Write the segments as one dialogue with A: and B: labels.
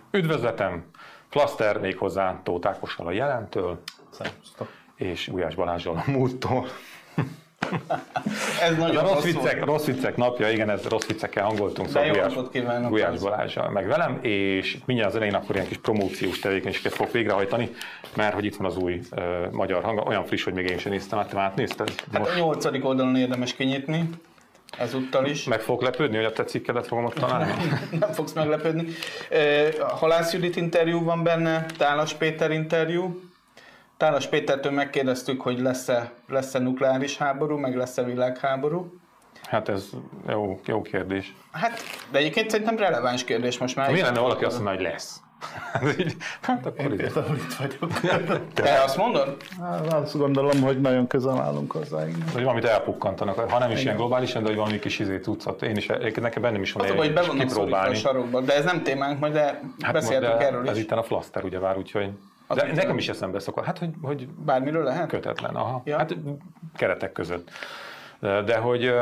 A: Üdvözletem! Flaszter méghozzá Tóth Ákossal a jelentől,
B: Szervusztok.
A: és Gulyás Balázssal a múlttól.
B: Ez nagyon
A: rossz viccek napja, igen, ez rossz viccekkel hangoltunk, szóval Gulyás Balázssal meg velem, és mindjárt az elején akkor ilyen kis promóciós tevékenységet fogok végrehajtani, mert hogy itt van az új magyar hang, olyan friss, hogy még én sem néztem, te már átnézted?
B: Hát a 8. oldalon érdemes kinyitni, ezúttal is.
A: Meg fogok lepődni, hogy a te cikkedet fogom ott találni?
B: Nem fogsz meglepődni. Halász Judit interjú van benne, Tálas Péter interjú. Tálas Pétertől megkérdeztük, hogy lesz-e nukleáris háború, meg lesz-e világháború.
A: Hát ez jó kérdés.
B: Hát, de egyébként szerintem releváns kérdés most már.
A: Mi lenne valaki azt mondja, hogy lesz? Hát akkor
C: Például itt vagyok.
B: Te azt mondod?
C: Hát, azt gondolom, hogy nagyon közel állunk hozzá.
A: Hogy valamit elpukkantanak, ha nem is ilyen globálisan, de hogy valami kis tucat. Én is, nekem bennem is van
B: egy hogy be vannak szorítva a sarokba, de ez nem témánk, majd de beszéltünk erről is.
A: Ez itt a Flaszter ugyebár, úgyhogy... De nekem is eszembe szokott, hát hogy
B: bármiről lehet?
A: Kötetlen, aha.
B: Ja.
A: Hát keretek között. De hogy...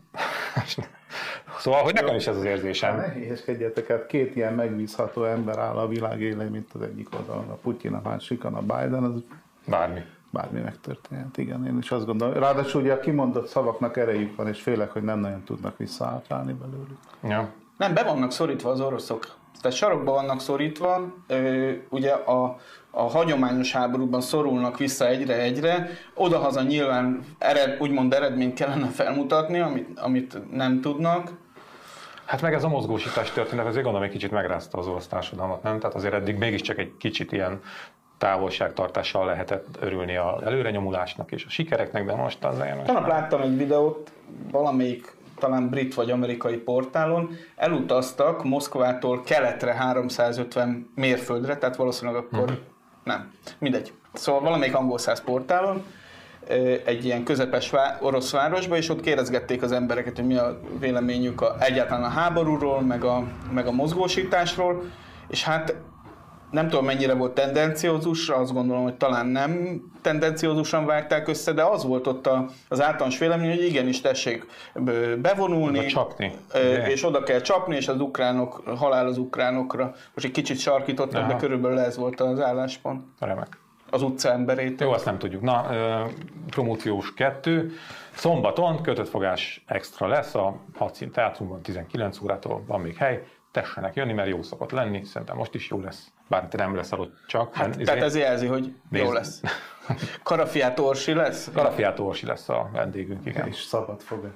A: Szóval, hogy nekem is ez az érzésem.
C: Ne hülyeskedjetek, hát két ilyen megbízható ember áll a világ élén, mint az egyik oldalon, a Putyin, a másikon, a Biden, az bármi megtörténhet. Igen, én is azt gondolom. Ráadásul ugye a kimondott szavaknak erejük van, és félek, hogy nem nagyon tudnak visszaállni belőlük.
A: Ja.
B: Nem, be vannak szorítva az oroszok. Tehát sarokba vannak szorítva, ugye a hagyományos háborúban szorulnak vissza egyre, odahaza nyilván úgymond eredményt kellene felmutatni, amit nem tudnak.
A: Hát meg ez a mozgósítás történet, azért gondolom, egy kicsit megrázta az orosz társadalmat, nem? Tehát azért eddig mégiscsak egy kicsit ilyen távolságtartással lehetett örülni az előrenyomulásnak és a sikereknek, de most az ilyen...
B: Tanap láttam egy videót, valamelyik talán brit vagy amerikai portálon, elutaztak Moszkvától keletre 350 mérföldre, tehát valószínűleg akkor nem, mindegy. Szóval valamelyik angol száz portálon, egy ilyen közepes orosz városba, és ott kérdezgették az embereket, hogy mi a véleményük egyáltalán a háborúról, meg a mozgósításról, és hát nem tudom, mennyire volt tendenciózus, azt gondolom, hogy talán nem tendenciózusan vágták össze, de az volt ott az általános vélemény, hogy igenis tessék bevonulni, és oda kell csapni, és az ukránok, halál az ukránokra. Most egy kicsit sarkítottak, de körülbelül ez volt az álláspont.
A: Remek.
B: Az utca emberétől.
A: Jó, azt nem tudjuk. Na, promóciós 2. Szombaton kötött fogás extra lesz a Hadszín Teátrumban 19 órától, van még hely. Tessenek jönni, mert jó szokott lenni, szerintem most is jó lesz. Bár nem lesz adott csak.
B: Hát, tehát ez jelzi, hogy jó lesz. Karafiát Orsi lesz?
A: Karafiát Orsi lesz a vendégünk, igen.
C: És szabadfogás.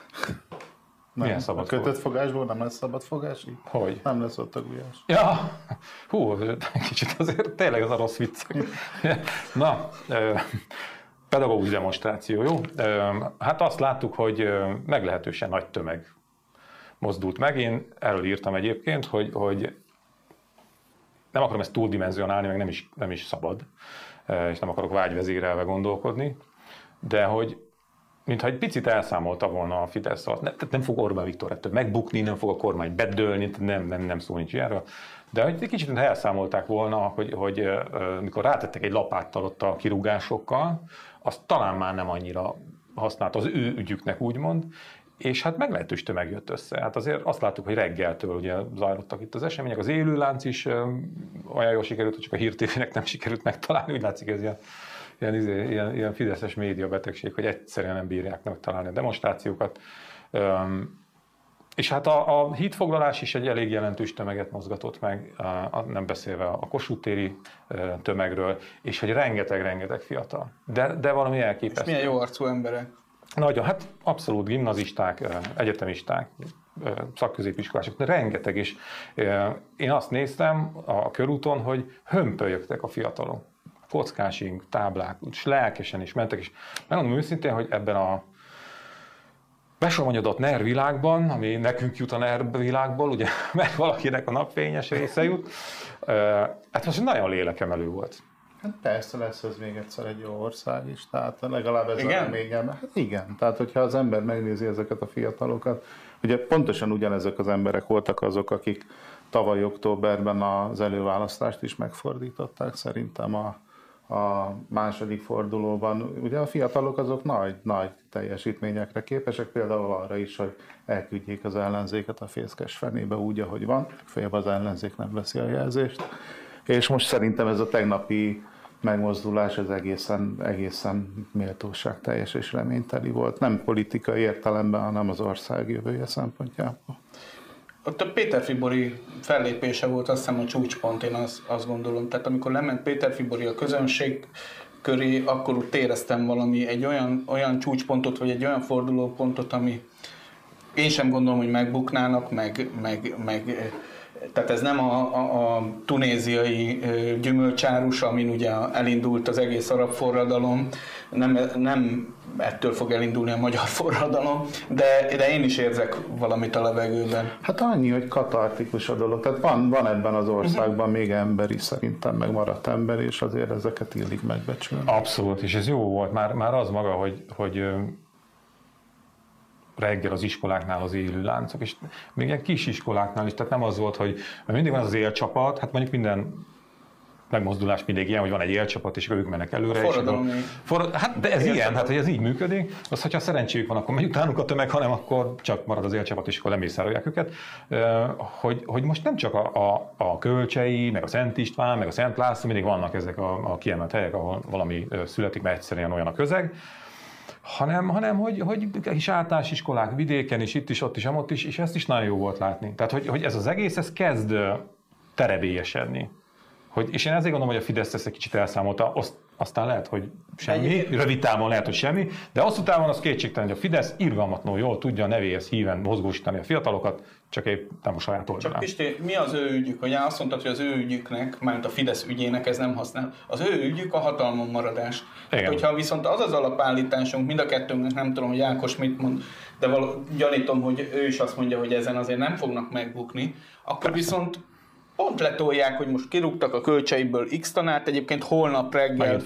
A: Milyen szabad
C: fogás? A kötött fogásból nem lesz szabad fogás?
A: Hogy?
C: Nem lesz ott a Gulyás.
A: Ja, hú, kicsit azért tényleg az a rossz viccek. Na, pedagógus demonstráció, jó? Hát azt láttuk, hogy meglehetősen nagy tömeg mozdult meg. Én erről írtam egyébként, hogy nem akarom ezt túldimenzionálni, meg nem is szabad, és nem akarok vágyvezérelve gondolkodni, de hogy mintha egy picit elszámolta volna a Fidesz, nem fog Orbán Viktor ettől megbukni, nem fog a kormány bedőlni, nem szó nincs erről, de hogy egy kicsit elszámolták volna, hogy mikor rátettek egy lapáttal ott a kirúgásokkal, az talán már nem annyira használt az ő ügyüknek, úgymond, és hát meglehetős tömeg jött össze. Hát azért azt láttuk, hogy reggeltől ugye zajlottak itt az események, az élőlánc is olyan jól sikerült, hogy csak a Hír TV-nek nem sikerült megtalálni, úgy látszik ez ilyen fideszes médiabetegség, hogy egyszerűen nem bírják megtalálni a demonstrációkat. És hát a hídfoglalás is egy elég jelentős tömeget mozgatott meg, nem beszélve a Kossuth téri tömegről, és hogy rengeteg fiatal. De valami elképesztő.
B: És milyen jó arcú emberek.
A: Nagyon, hát abszolút gimnazisták, egyetemisták, szakközépiskolások, de rengeteg is. Én azt néztem a körúton, hogy hömpölyögtek a fiatalok. Kockásink, táblák, és lelkesen is mentek, és megmondom őszintén, hogy ebben a besormanyodott NER világban, ami nekünk jut a NER világból, ugye, mert valakinek a napfényes része jut, hát most nagyon lélekemelő volt.
C: Hát persze lesz ez még egyszer egy jó ország is, tehát legalább ez
B: igen?
C: a reményem. Hát igen, tehát hogyha az ember megnézi ezeket a fiatalokat, ugye pontosan ugyanezek az emberek voltak azok, akik tavaly októberben az előválasztást is megfordították, szerintem a második fordulóban. Ugye a fiatalok azok nagy teljesítményekre képesek, például arra is, hogy elküldjék az ellenzéket a fészkes fenébe úgy, ahogy van, félebb az ellenzék nem veszi a jelzést. És most szerintem ez a tegnapi megmozdulás az egészen méltóságteljes és reményteli volt. Nem politikai értelemben, hanem az ország jövője szempontjából.
B: Ott a Péter Fibori fellépése volt azt hiszem a csúcspont, én azt gondolom. Tehát amikor lement Péter Fibori a közönség köré, akkor úgy éreztem egy olyan csúcspontot, vagy egy olyan fordulópontot, ami én sem gondolom, hogy megbuknának, tehát ez nem a tunéziai gyümölcsárus, amin ugye elindult az egész arab forradalom, nem ettől fog elindulni a magyar forradalom, de én is érzek valamit a levegőben.
C: Hát annyi, hogy katartikus a dolog. Tehát van ebben az országban még ember is, szerintem meg maradt ember, és azért ezeket illik megbecsülni.
A: Abszolút, és ez jó volt. Már az maga, hogy reggel az iskoláknál az élő láncok, és még ilyen kis iskoláknál is, tehát nem az volt, hogy mindig van az élcsapat, hát mondjuk minden megmozdulás mindig ilyen, hogy van egy élcsapat, és ők mennek előre. Hát de ez ilyen, hát hogy ez így működik. Az, hogyha szerencséjük van, akkor megy utánuk a tömeg, hanem akkor csak marad az élcsapat, és akkor lemészárolják őket. Hogy most nem csak a Kölcsei, meg a Szent István, meg a Szent László, mindig vannak ezek a kiemelt helyek, ahol valami születik, mert egyszerűen olyan a közeg, hanem hogy kis általános iskolák vidéken is, itt is, ott is, amott is, és ezt is nagyon jó volt látni. Tehát, hogy ez az egész, ez kezd terebélyesedni. És én ezért gondolom, hogy a Fidesz ezt egy kicsit elszámolta, aztán lehet, hogy semmi, rövid távon lehet, hogy semmi, de hosszú távon az kétségtelen, hogy a Fidesz irgalmatlanul jól tudja a nevéhez híven mozgósítani a fiatalokat, csak épp nem a saját oldalán.
B: Csak Pisti, mi az ő ügyük? Hogy azt mondtad, hogy az ő ügyüknek, mármint a Fidesz ügyének ez nem használ. Az ő ügyük a hatalmon maradás. Hát, hogyha viszont az alapállításunk, mind a kettőnknek, nem tudom, hogy Ákos mit mond, de gyanítom, hogy ő is azt mondja, hogy ezen azért nem fognak megbukni, akkor viszont pont letolják, hogy most kirúgtak a Kölcseiből X tanárt, egyébként holnap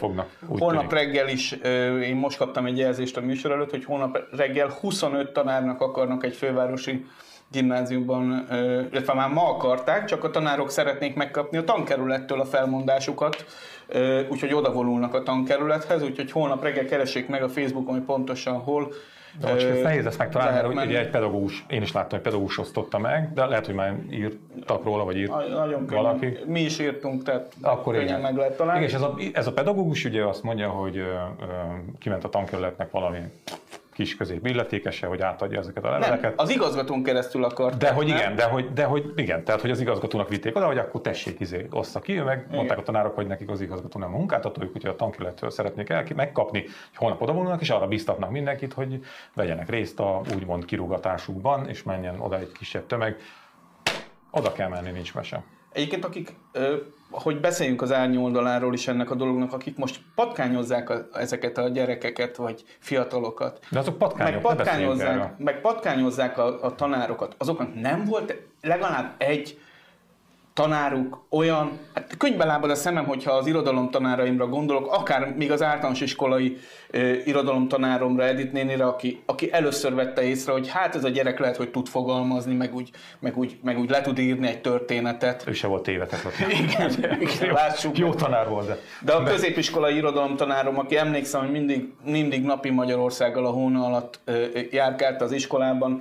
B: reggel is, én most kaptam egy jelzést a műsor előtt, hogy holnap reggel 25 tanárnak akarnak egy fővárosi gimnáziumban, illetve már ma akarták, csak a tanárok szeretnék megkapni a tankerülettől a felmondásukat, úgyhogy odavonulnak a tankerülethez, úgyhogy holnap reggel keressék meg a Facebookon, hogy pontosan hol.
A: De most nehéz ezt megtalálni, mert ugye egy pedagógus, én is láttam, hogy pedagógus osztotta meg, de lehet, hogy már írtak róla, vagy írt valaki.
B: Könnyen. Mi is írtunk, tehát
A: akkor
B: könnyen meg lehet találni.
A: Igen, és ez a pedagógus ugye azt mondja, hogy kiment a tankerületnek valami kis középilletékese, hogy átadja ezeket a leveleket.
B: Nem, az igazgatón keresztül akart.
A: De hogy igen, tehát hogy az igazgatónak vitték oda, hogy akkor tessék ossza ki, meg mondták a tanárok, hogy nekik az igazgató nem a munkáltatójuk, úgyhogy a tankerülettől szeretnék megkapni, hogy holnap odavonulnak, és arra biztatnak mindenkit, hogy vegyenek részt a úgymond kirúgatásukban, és menjen oda egy kisebb tömeg. Oda kell menni, nincs mese.
B: Egyébként akik, hogy beszéljünk az árnyoldaláról is ennek a dolognak, akik most patkányozzák ezeket a gyerekeket, vagy fiatalokat.
A: De azok patkányok,
B: meg patkányozzák a tanárokat. Azoknak nem volt legalább egy tanáruk olyan, hát könyvbe lábad a szemem, hogyha az irodalomtanáraimra gondolok, akár még az általános iskolai irodalomtanáromra, Edith nénire, aki először vette észre, hogy hát ez a gyerek lehet, hogy tud fogalmazni, meg úgy le tud írni egy történetet.
A: Ő se volt tévedhetett.
B: Igen, lássuk.
A: Jó tanár volt.
B: De a középiskolai irodalomtanárom, aki emlékszem, hogy mindig napi Magyarországgal a hóna alatt járkált az iskolában,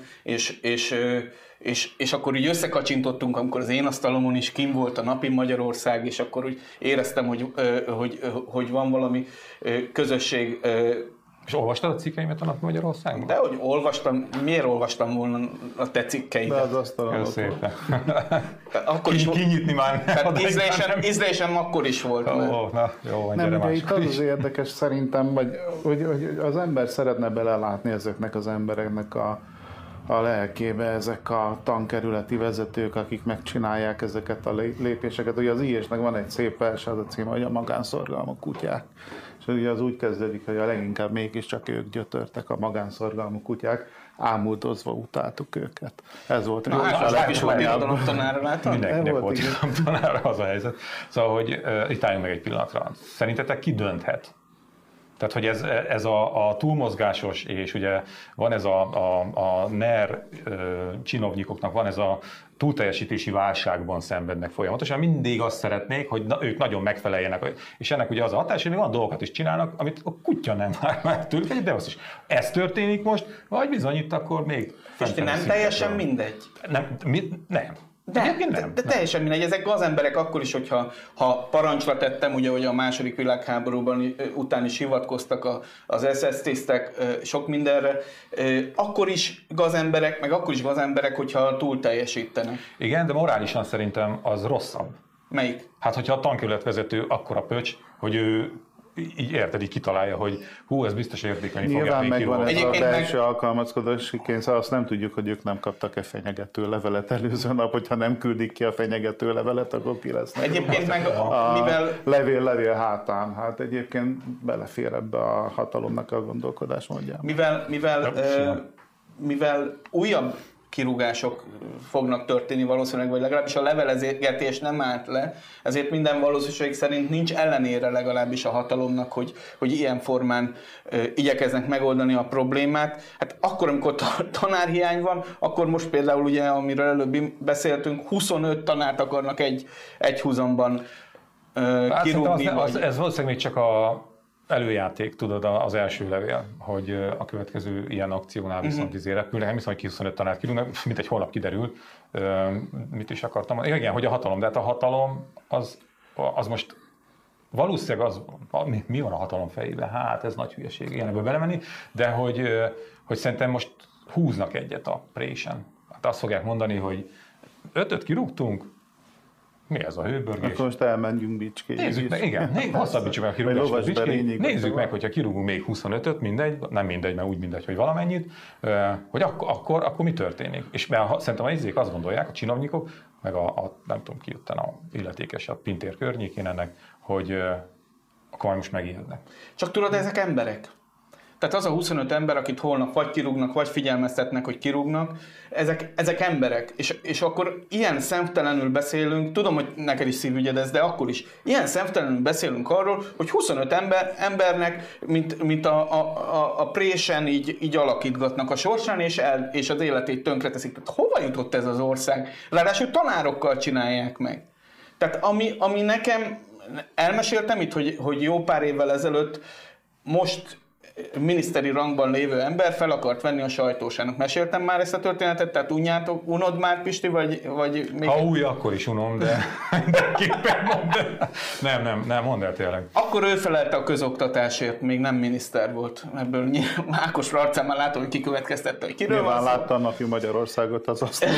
B: és akkor úgy összekacsintottunk, amikor az én asztalomon is kim volt a Napi Magyarország, és akkor úgy éreztem, hogy van valami közösség.
A: És olvastad a cikkeimet a Napi Magyarországban?
B: Dehogy olvastam, miért olvastam volna a te cikkeidet?
C: De az asztalon
A: szépen.
B: Akkor is
A: kinyitni már.
B: Tehát ízlésem akkor is volt.
A: Jó,
C: nem, ugye itt az érdekes szerintem, hogy az ember szeretne belelátni ezeknek az embereknek a lelkébe, ezek a tankerületi vezetők, akik megcsinálják ezeket a lépéseket. Ugye az IS-nek van egy szép vers, az a címe, hogy a magánszorgalmú kutyák. És ugye az úgy kezdődik, hogy a leginkább mégiscsak ők gyötörtek, a magánszorgalmú kutyák, ámuldozva utáltuk őket. Ez volt
B: a is volt irodalomtanára, látod?
A: Mindenkinek volt irodalomtanára, az a helyzet. Szóval, hogy itt álljunk meg egy pillanatra. Szerintetek ki dönthet Tehát, hogy ez a túlmozgásos, és ugye van ez a NER csinovnyikoknak van ez a túlteljesítési válságban szenvednek folyamatosan, mindig azt szeretnék, hogy ők nagyon megfeleljenek, és ennek ugye az a hatás, hogy olyan dolgokat is csinálnak, amit a kutya nem vár már tőlük, de az is. Ez történik most, vagy bizony itt akkor még...
B: És nem teljesen mindegy?
A: Nem.
B: De teljesen mindegy, ezek gazemberek akkor is, hogyha parancsra tettem, ugye, hogy a második világháborúban után is hivatkoztak az SS-tisztek sok mindenre, akkor is gazemberek, meg akkor is gazemberek, hogyha túl teljesítenek.
A: Igen, de morálisan szerintem az rosszabb.
B: Melyik?
A: Hát, hogyha a tankerületvezető akkora pöcs, hogy ő így érted, így kitalálja, hogy ez biztos értékelni fogják még
C: nyilván megvan ez a belső alkalmazkodási kényszer, azt nem tudjuk, hogy ők nem kaptak-e fenyegető levelet előző nap, hogyha nem küldik ki a fenyegető levelet, akkor ki lesz.
B: Egyébként meg mivel...
C: Levél hátán, hát egyébként belefér ebbe a hatalomnak a gondolkodásmódjába.
B: Mivel újabb kirúgások fognak történni valószínűleg, vagy legalábbis a levelezgetés nem állt le, ezért minden valószínűség szerint nincs ellenére legalábbis a hatalomnak, hogy ilyen formán igyekeznek megoldani a problémát. Hát akkor, amikor tanárhiány van, akkor most például ugye, amiről előbb beszéltünk, 25 tanárt akarnak egy húzamban kirúgni.
A: Ez valószínűleg még csak a előjáték, tudod, az első levél, hogy a következő ilyen akciónál viszont repülnek. Nem hiszem, hogy 25 tanárt kirúgnak, mint egy holnap kiderül. Mit is akartam mondani? Igen, hogy a hatalom, de hát a hatalom az most valószínűleg mi van a hatalom fejében? Hát ez nagy hülyeség, ilyenekbe belemenni, de hogy szerintem most húznak egyet a présen. Hát azt fogják mondani, hogy 5-öt kirúgtunk, mi ez a hőbörgés?
C: Akkor most elmenjünk Bicskére.
A: Nézzük meg, igen, hosszabbítsuk meg a kirúgást. Nézzük meg, hogyha kirúgunk még 25-öt, mindegy, nem mindegy, mert úgy mindegy, hogy valamennyit, hogy akkor mi történik. És mert szerintem a izék azt gondolják, a csinovnyikok, meg nem tudom ki jötten a illetékes a Pintér környékén ennek, hogy akkor majd most megijednek.
B: Csak tudod, ezek emberek. Tehát az a 25 ember, akit holnap vagy kirúgnak, vagy figyelmeztetnek, hogy kirúgnak, ezek emberek. És akkor ilyen szemtelenül beszélünk, tudom, hogy neked is szívügyed ez, de akkor is, ilyen szemtelenül beszélünk arról, hogy 25 embernek, mint a présen így alakítgatnak a sorsán, és az életét tönkreteszik. Tehát hova jutott ez az ország? Ráadásul tanárokkal csinálják meg. Tehát ami nekem, elmeséltem itt, hogy jó pár évvel ezelőtt most miniszteri rangban lévő ember fel akart venni a sajtósának. Meséltem már ezt a történetet? Tehát unod már, Pisti, vagy még...
A: Ha új, akkor is unom, de mindenképpen mondd el. Nem, mondd el tényleg.
B: Akkor ő felelte a közoktatásért, még nem miniszter volt. Ebből Ákos arcán már látom, hogy kikövetkeztette, hogy kiről van szó.
C: Látta a Napi Magyarországot az asztalon.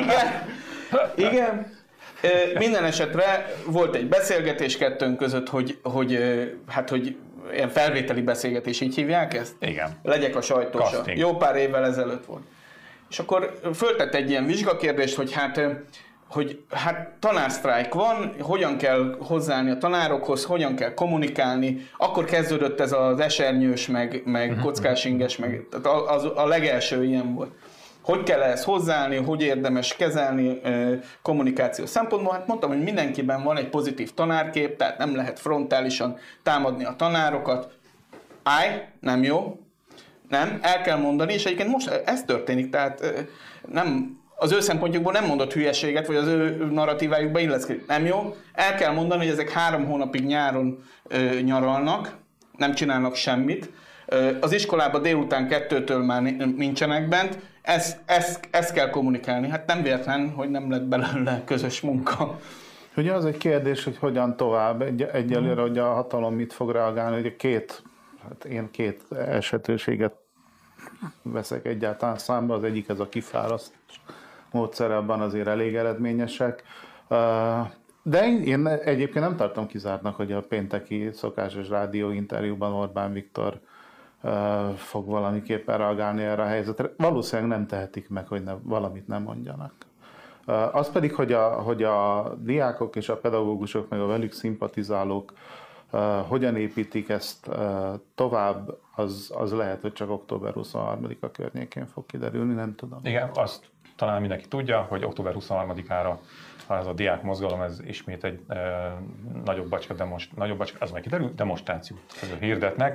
B: Igen. Minden esetre volt egy beszélgetés kettőnk között, hogy ilyen felvételi beszélgetés, így hívják ezt?
A: Igen.
B: Legyek a sajtósa. Jó pár évvel ezelőtt volt. És akkor föltett egy ilyen vizsgakérdést, hogy tanársztrájk van, hogyan kell hozzáállni a tanárokhoz, hogyan kell kommunikálni. Akkor kezdődött ez az esernyős, meg kockásinges, tehát a legelső ilyen volt. Hogy kell ehhez hozzáállni, hogy érdemes kezelni kommunikáció szempontból? Hát mondtam, hogy mindenkiben van egy pozitív tanárkép, tehát nem lehet frontálisan támadni a tanárokat. Nem jó. Nem, el kell mondani, és egyébként most ez történik, tehát nem, az ő szempontjukból nem mondott hülyeséget, vagy az ő narratívájukba illeszkedik. Nem jó. El kell mondani, hogy ezek 3 hónapig nyáron nyaralnak, nem csinálnak semmit. Az iskolában délután 2-től már nincsenek bent. Ezt kell kommunikálni. Hát nem véletlen, hogy nem lett belőle közös munka.
C: Ugye az egy kérdés, hogy hogyan tovább. Egyelőre, hogy a hatalom mit fog reagálni. Ugye én két esetőséget veszek egyáltalán számba. Az egyik ez a kifárasztás módszer, abban azért elég eredményesek. De én egyébként nem tartom kizártnak, hogy a pénteki szokásos rádióinterjúban Orbán Viktor fog valamiképpen reagálni erre a helyzetre. Valószínűleg nem tehetik meg, hogy valamit nem mondjanak. Az pedig, hogy a diákok és a pedagógusok, meg a velük szimpatizálók hogyan építik ezt tovább, az lehet, hogy csak október 23-a környékén fog kiderülni, nem tudom.
A: Igen, azt talán mindenki tudja, hogy október 23-ára ez a diák mozgalom, ez ismét egy nagyobb bacska, az meg kiderül, demonstrációt hirdetnek.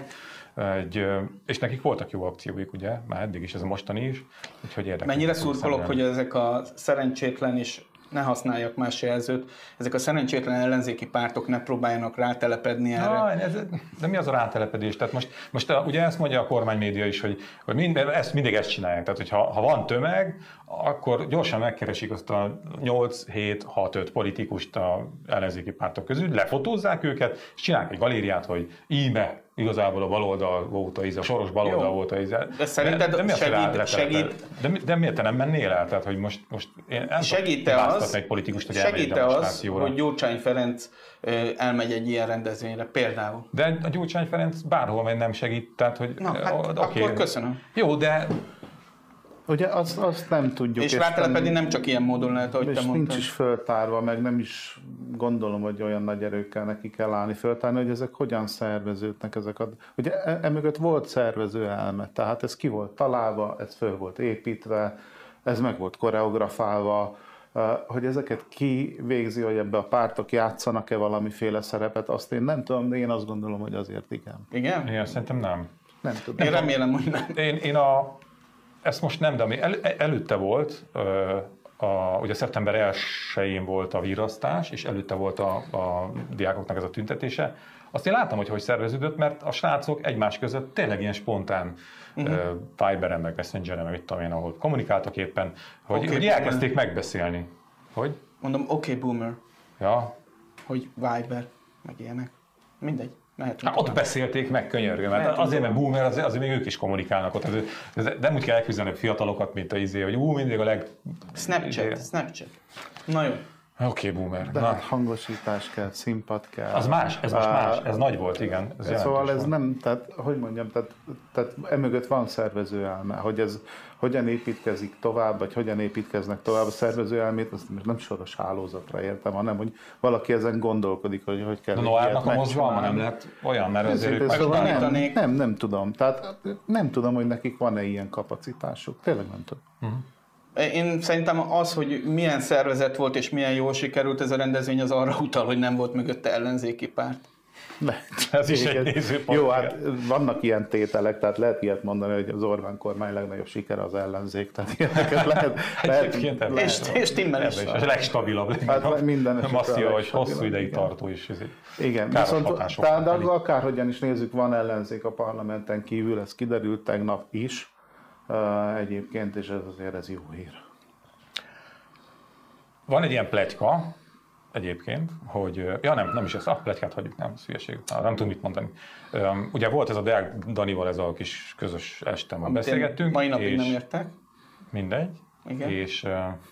A: és nekik voltak jó akcióik, ugye, már eddig is, ez a mostani is, úgyhogy érdekes.
B: Mennyire szurkolok, hogy ezek a szerencsétlen és ne használjak más jelzőt, ezek a szerencsétlen ellenzéki pártok ne próbáljanak rátelepedni erre.
A: De mi az a rátelepedés? Tehát most ugye ezt mondja a kormánymédia is, hogy mindig ezt csinálják. Tehát, hogy ha van tömeg, akkor gyorsan megkeresik azt a 8-7-6-5 politikust a ellenzéki pártok közül, lefotózzák őket, és csinálják egy galériát, hogy íme igazából a baloldal volt a soros baloldal volt a
B: De szerinted segít?
A: De miért te nem mennél el? Tehát, hogy most én nem
B: segít-e az,
A: egy politikust, hogy elmegy demonstrációra.
B: hogy Gyurcsány Ferenc elmegy egy ilyen rendezvényre például?
A: De a Gyurcsány Ferenc bárhol megy nem segít, tehát hogy...
B: Akkor köszönöm.
A: Jó, de...
C: Ugye azt nem tudjuk.
B: És rátelepedni nem csak ilyen módon lehet, ahogy te mondtad.
C: Nincs is föltárva, meg nem is gondolom, hogy olyan nagy erőkkel neki kell állni föltárni, hogy ezek hogyan szerveződnek ezek a... Ugye emögött volt szervező elme, tehát ez ki volt találva, ez föl volt építve, ez meg volt koreografálva, hogy ezeket ki végzi, hogy ebbe a pártok játszanak-e valamiféle szerepet, azt én nem tudom, de én azt gondolom, hogy azért igen.
B: Igen?
A: Én szerintem nem.
C: Nem tudom.
B: Én remélem, hogy nem.
A: Ezt most nem, de ami előtte volt, ugye szeptember 1-én volt a virasztás, és előtte volt a diákoknak ez a tüntetése. Azt én láttam, hogy szerveződött, mert a srácok egymás között tényleg ilyen spontán Viberen, meg Messengeren, meg mit tudom én, ahol kommunikáltak éppen, hogy elkezdték megbeszélni. Hogy?
B: Mondom, oké, boomer.
A: Ja.
B: Hogy Viber, meg ilyenek. Mindegy.
A: Ott beszélték meg, könyörgő, mert mert boomer, azért még ők is kommunikálnak ott. De nem úgy kell elküzdeni a fiatalokat, mint hogy mindig a
B: Snapchat. Na jó.
A: Oké, boomer.
C: De hát hangosítás kell, színpad kell.
A: Az más, ez most más. Ez nagy volt, igen.
C: Szóval ez nem, tehát hogy mondjam, tehát emögött van szervezőelme, hogy ez hogyan építkezik tovább, vagy hogyan építkeznek tovább a szervezőelmét, azt nem soros hálózatra értem, hanem hogy valaki ezen gondolkodik, hogy kell.
A: A Noárnak a mozgalma nem lehet olyan, mert azért
C: nem tudom. Tehát nem tudom, hogy nekik van-e ilyen kapacitásuk. Tényleg nem tudom.
B: Én szerintem az, hogy milyen szervezet volt és milyen jól sikerült ez a rendezvény, az arra utal, hogy nem volt mögötte ellenzéki párt.
A: Ez is egy nézőpont.
C: Jó, hát vannak ilyen tételek, tehát lehet ilyet mondani, hogy az Orbán kormány legnagyobb sikere az ellenzék, tehát ilyeneket lehet.
B: És timmel is.
A: Ez a legstabilabb.
C: Hát minden esetre
A: masszíva, hogy hosszú ideig tartó is.
C: Igen, viszont de akárhogyan is nézzük, van ellenzék a parlamenten kívül, ez kiderült tegnap is egyébként, és ez jó hír.
A: Van egy ilyen pletyka, egyébként, hogy... Ja nem is ez, pletykát hagyjuk, nem, ez hülyeség, nem tudom mit mondani. Ugye volt ez a Deák Danival ez a kis közös este, már beszélgettünk.
B: Mai napig nem értek.
A: Mindegy.
B: Igen.
A: És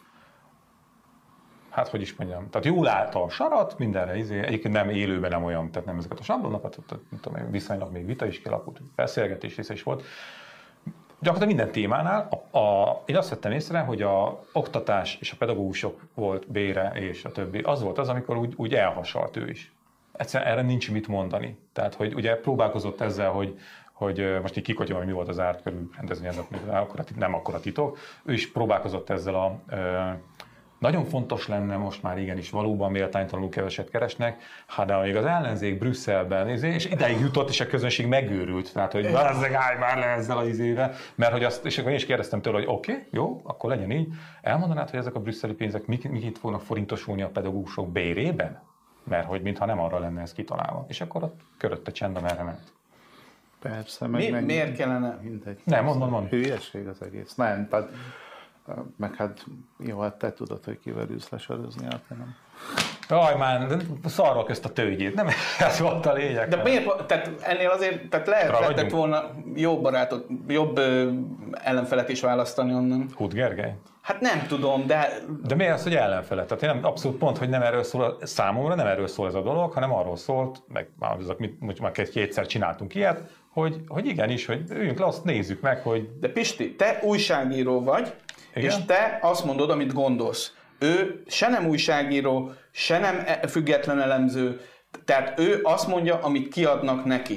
A: hát hogy is mondjam, tehát jól állt a sarat mindenre, egyébként nem élőben nem olyan, tehát nem ezeket a sablonokat, viszonylag még vita is kialakult, beszélgetés része is volt. Gyakorlatilag minden témánál én azt vettem észre, hogy a oktatás és a pedagógusok volt bére és a többi, az volt az, amikor úgy elhasalt ő is. Egyszerűen erre nincs mit mondani. Tehát, hogy ugye próbálkozott ezzel, hogy most így kikotyom, hogy mi volt az árt körül rendezni, nem akkora titok. Ő is próbálkozott ezzel nagyon fontos lenne most már igenis, valóban méltánytalanul keveset keresnek, de még az ellenzék Brüsszelben, és ideig jutott, és a közönség megőrült, tehát hogy bazzeg, állj már le ezzel az izével, mert hogy azt, és akkor én is kérdeztem tőle, hogy oké, jó, akkor legyen így, elmondanád, hogy ezek a brüsszeli pénzek mikit fognak forintosulni a pedagógusok bérében? Mert hogy mintha nem arra lenne ez kitalálva. És akkor ott körötte csend, amerre ment.
C: Persze,
B: miért kellene?
A: Nem, mondom.
C: Hülyeség az egész. Nem, tehát meg hát jó, hát te tudod, hogy kivel ülsz lesörözni, hát nem.
A: Jaj, már szarva közt a tőgyét, nem? Ez volt a lényeg.
B: De miért? Tehát ennél azért tehát lehetett volna jobb barátot, jobb ellenfelet is választani onnan.
A: Hút Gergely?
B: Hát nem tudom, de...
A: De miért az, hogy ellenfelet? Tehát én abszolút pont, hogy nem erről szól, számomra nem erről szól ez a dolog, hanem arról szólt, meg már kétszer csináltunk ilyet, hogy igenis, hogy üljünk le, azt nézzük meg, hogy...
B: De Pisti, te újságíró vagy, igen? És te azt mondod, amit gondolsz. Ő se nem újságíró, se nem független elemző, tehát ő azt mondja, amit kiadnak neki.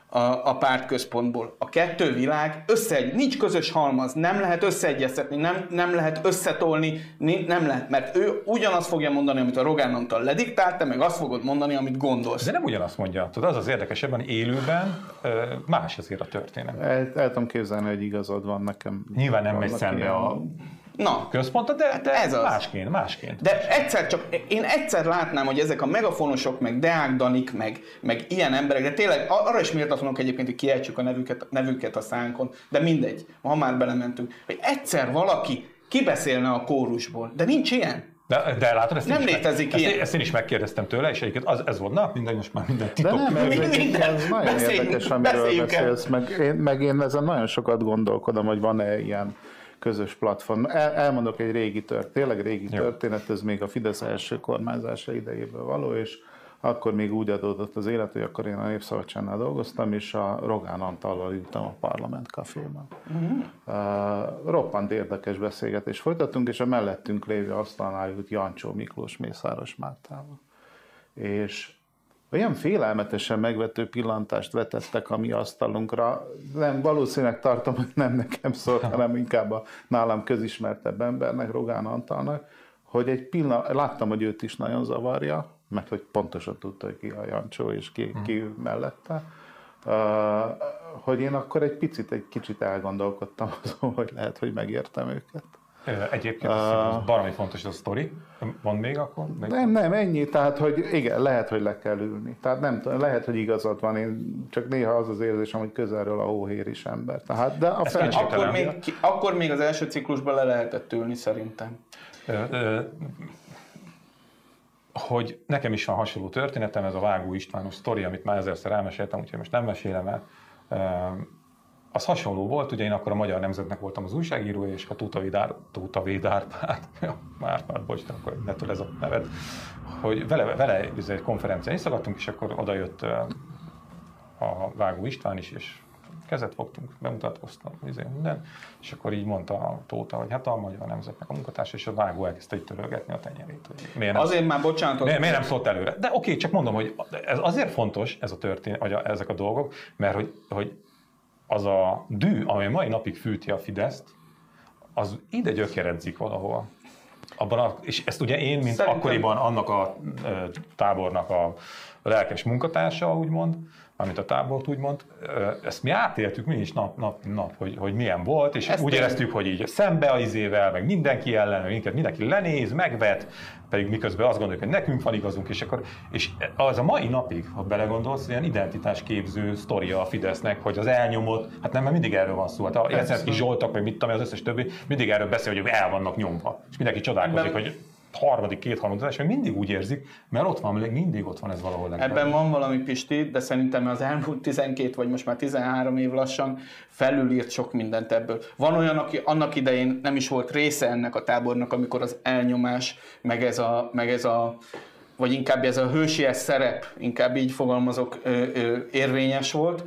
B: a pártközpontból. A kettő világ nincs közös halmaz, nem lehet összeegyeztetni, nem lehet összetolni, nem lehet, mert ő ugyanazt fogja mondani, amit a Rogán Antal lediktált, te meg azt fogod mondani, amit gondolsz.
A: De nem ugyanazt mondja. Tudod, az érdekesebben élőben más azért a történet.
C: El tudom képzelni, hogy igazad van nekem.
A: Nyilván nem megy szembe a központot, de ez másként.
B: De én egyszer látnám, hogy ezek a megafonosok, meg Deák Danik, meg ilyen emberek, de tényleg arra is méltatlanok egyébként, hogy kiejtsük a nevüket a szánkon, de mindegy, ha már belementünk, hogy egyszer valaki kibeszélne a kórusból, de nincs ilyen.
A: De látod, ezt
B: nem létezik ilyen.
A: Ezt én is megkérdeztem tőle, és egyébként ez volt, na, mindegy, most már minden titok.
C: De nem, ez nagyon érdekes, amiről beszélsz, meg én ezen nagyon sokat gondolkodom, hogy van-e ilyen közös platform. Elmondok egy tényleg régi történet, ez még a Fidesz első kormányzása idejéből való, és akkor még úgy adódott az élet, hogy akkor én a Népszabadságnál dolgoztam, és a Rogán Antallal ültem a Parlament Caféban. Roppant érdekes beszélgetést folytattunk, és a mellettünk lévő asztalnál ült Jancsó Miklós Mészáros Mártával. És olyan félelmetesen megvető pillantást vetettek a mi asztalunkra. Nem, valószínűleg tartom, hogy nem nekem szólt, hanem inkább a nálam közismertebb embernek, Rogán Antalnak, hogy egy pillanat, láttam, hogy őt is nagyon zavarja, mert hogy pontosan tudta, hogy ki a Jancsó és ki mellette, hogy én akkor egy kicsit elgondolkodtam azon, hogy lehet, hogy megértem őket.
A: Egyébként az baromi fontos a sztori. Van még akkor?
C: Nem, ennyi. Tehát, hogy igen, lehet, hogy le kell ülni. Tehát nem tudom, lehet, hogy igazad van. Én csak néha az érzésem, hogy közelről a hóhéris ember. Tehát, de
B: akkor még az első ciklusban le lehetett ülni szerintem.
A: Hogy nekem is van hasonló történetem, ez a Vágó Istvános sztori, amit már ezerszer elmeséltem, úgyhogy most nem mesélem el. Az hasonló volt, ugye én akkor a Magyar Nemzetnek voltam az újságírója, és a Tóta Védár Márpád, bocs, akkor ne tud ez a neved, hogy vele egy konferencián iszagadtunk, és akkor odajött a Vágó István is, és kezet fogtunk, bemutatkoztam, minden, és akkor így mondta a Tóta, hogy hát a Magyar Nemzetnek a munkatársa, és a Vágó elkezdte így törölgetni a tenyerét.
B: Azért már bocsánatot.
A: Miért nem szólt előre? De oké, csak mondom, hogy ez azért fontos, ez a történet, vagy ezek a dolgok, mert hogy az a dű, ami mai napig fűti a Fideszt, az ide gyökeredzik valahol. És ezt ugye én, mint akkoriban annak a tábornak a lelkes munkatársa, úgymond, amit a tábort úgymond, ezt mi átéltük mi is nap, hogy milyen volt, és ezt úgy éreztük, hogy így szembe az izével, meg mindenki ellen, meg mindenki lenéz, megvet, pedig miközben azt gondoljuk, hogy nekünk van igazunk, és az a mai napig, ha belegondolsz, ilyen identitásképző sztoria a Fidesznek, hogy az elnyomott, hát nem, mert mindig erről van szó, hát a Jelenszky Zsoltak, meg mit tudom, az összes többi, mindig erről beszél, hogy el vannak nyomva, és mindenki csodálkozik, hogy kétharmadás, még mindig úgy érzik, mert ott van, mindig ott van ez valahol.
B: Ebben van valami, Pisti, de szerintem az elmúlt 12 vagy most már 13 év lassan felülírt sok mindent ebből. Van olyan, aki annak idején nem is volt része ennek a tábornak, amikor az elnyomás, meg ez a vagy inkább ez a hősies szerep, inkább így fogalmazok, érvényes volt,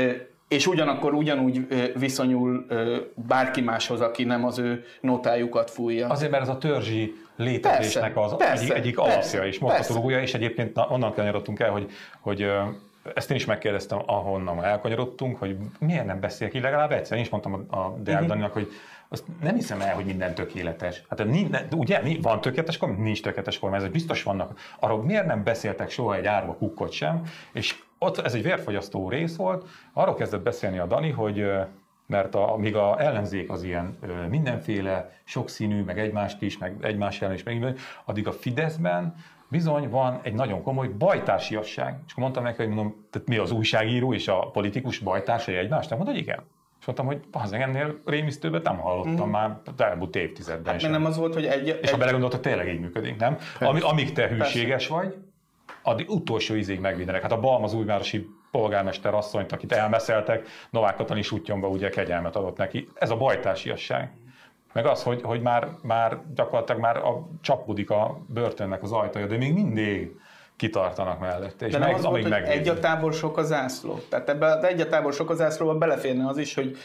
B: és ugyanakkor ugyanúgy viszonyul bárki máshoz, aki nem az ő notájukat fújja.
A: Azért, mert ez a törzsi létezésnek az egyik alapja és mozgatórugója, és egyébként onnan kanyarodtunk el, hogy ezt én is megkérdeztem, ahonnan elkanyarodtunk, hogy miért nem beszél ki legalább egyszer. Én is mondtam a Deák Daninak, hogy azt nem hiszem el, hogy minden tökéletes. Hát ugye van tökéletes kormány, nincs tökéletes kormány, biztos vannak. Arról miért nem beszéltek soha egy árva kukkot sem, és ott ez egy vérfogyasztó rész volt, arról kezdett beszélni a Dani, hogy mert míg az ellenzék az ilyen mindenféle, sokszínű, meg egymást is, meg egymás ellen is, addig a Fideszben bizony van egy nagyon komoly bajtársiasság. És akkor mondtam neki, hogy mondom, tehát mi az újságíró és a politikus bajtársai egymást? Mondta, hogy igen. És mondtam, hogy ennél rémisztőbbet nem hallottam már az elmúlt évtizedben.
B: Hát nem az volt, hogy
A: és ha belegondoltak, tényleg így működik, nem? Amíg te hűséges vagy, addig utolsó ízig megvédenek. Hát a Balmazújvárosi polgármester asszonyt, akit elmeszeltek, Novák Katalin sutyomba ugye kegyelmet adott neki. Ez a bajtársiasság. Meg az, hogy már gyakorlatilag már csapódik a börtönnek az ajtaja, de még mindig kitartanak mellette. És
B: de nem az volt, hogy egy a tábor sok a zászló. Tehát ebbe egy a tábor sok a zászlóba beleférne az is,